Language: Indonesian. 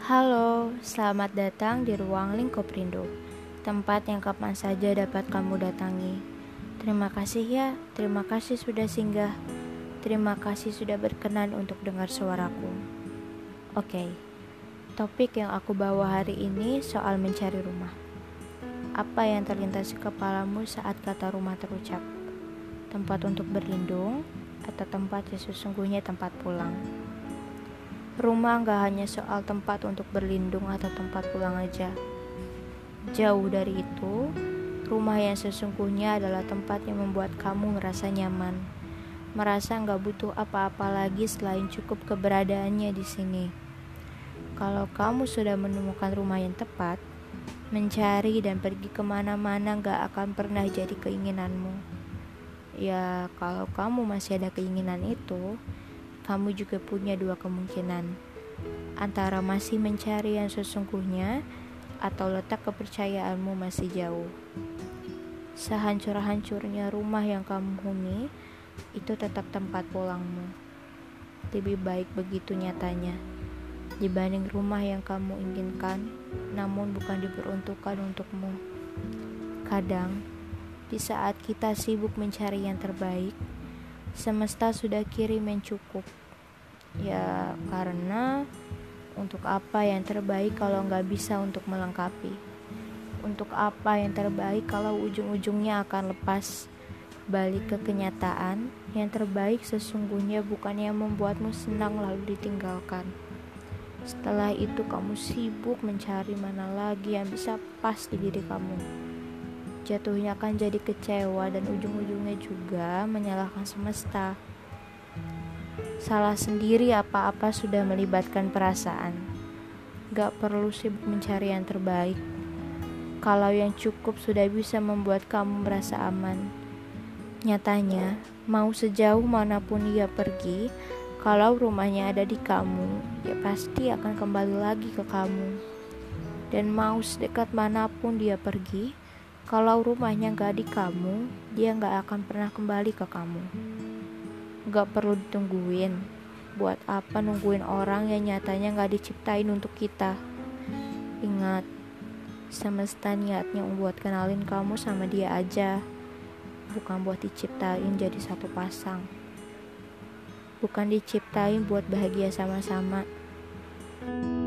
Halo, selamat datang di ruang lingkup rindu, tempat yang kapan saja dapat kamu datangi. Terima kasih ya, terima kasih sudah singgah. Terima kasih sudah berkenan untuk dengar suaraku. Oke, topik yang aku bawa hari ini soal mencari rumah. Apa yang terlintas di kepalamu saat kata rumah terucap? Tempat untuk berlindung atau tempat yang sesungguhnya tempat pulang? Rumah gak hanya soal tempat untuk berlindung atau tempat pulang aja. Jauh dari itu, rumah yang sesungguhnya adalah tempat yang membuat kamu merasa nyaman, merasa gak butuh apa-apa lagi selain cukup keberadaannya di sini. Kalau kamu sudah menemukan rumah yang tepat, mencari dan pergi kemana-mana gak akan pernah jadi keinginanmu. Ya, kalau kamu masih ada keinginan itu, kamu juga punya dua kemungkinan, antara masih mencari yang sesungguhnya atau letak kepercayaanmu masih jauh. Sehancur-hancurnya rumah yang kamu huni, itu tetap tempat pulangmu. Lebih baik begitu nyatanya, dibanding rumah yang kamu inginkan, namun bukan diperuntukkan untukmu. Kadang, di saat kita sibuk mencari yang terbaik, semesta sudah kirim yang cukup. Ya, karena untuk apa yang terbaik kalau nggak bisa untuk melengkapi? Untuk apa yang terbaik kalau ujung-ujungnya akan lepas? Balik ke kenyataan, yang terbaik sesungguhnya bukan yang membuatmu senang lalu ditinggalkan. Setelah itu kamu sibuk mencari mana lagi yang bisa pas di diri kamu. Jatuhnya akan jadi kecewa dan ujung-ujungnya juga menyalahkan semesta. Salah sendiri apa-apa sudah melibatkan perasaan. Gak perlu sibuk mencari yang terbaik. Kalau yang cukup sudah bisa membuat kamu merasa aman. Nyatanya, mau sejauh manapun dia pergi, kalau rumahnya ada di kamu, dia pasti akan kembali lagi ke kamu. Dan mau sedekat manapun dia pergi, kalau rumahnya gak di kamu, dia gak akan pernah kembali ke kamu. Gak perlu ditungguin. Buat apa nungguin orang yang nyatanya gak diciptain untuk kita? Ingat, semesta niatnya buat kenalin kamu sama dia aja, bukan buat diciptain jadi satu pasang. Bukan diciptain buat bahagia sama-sama.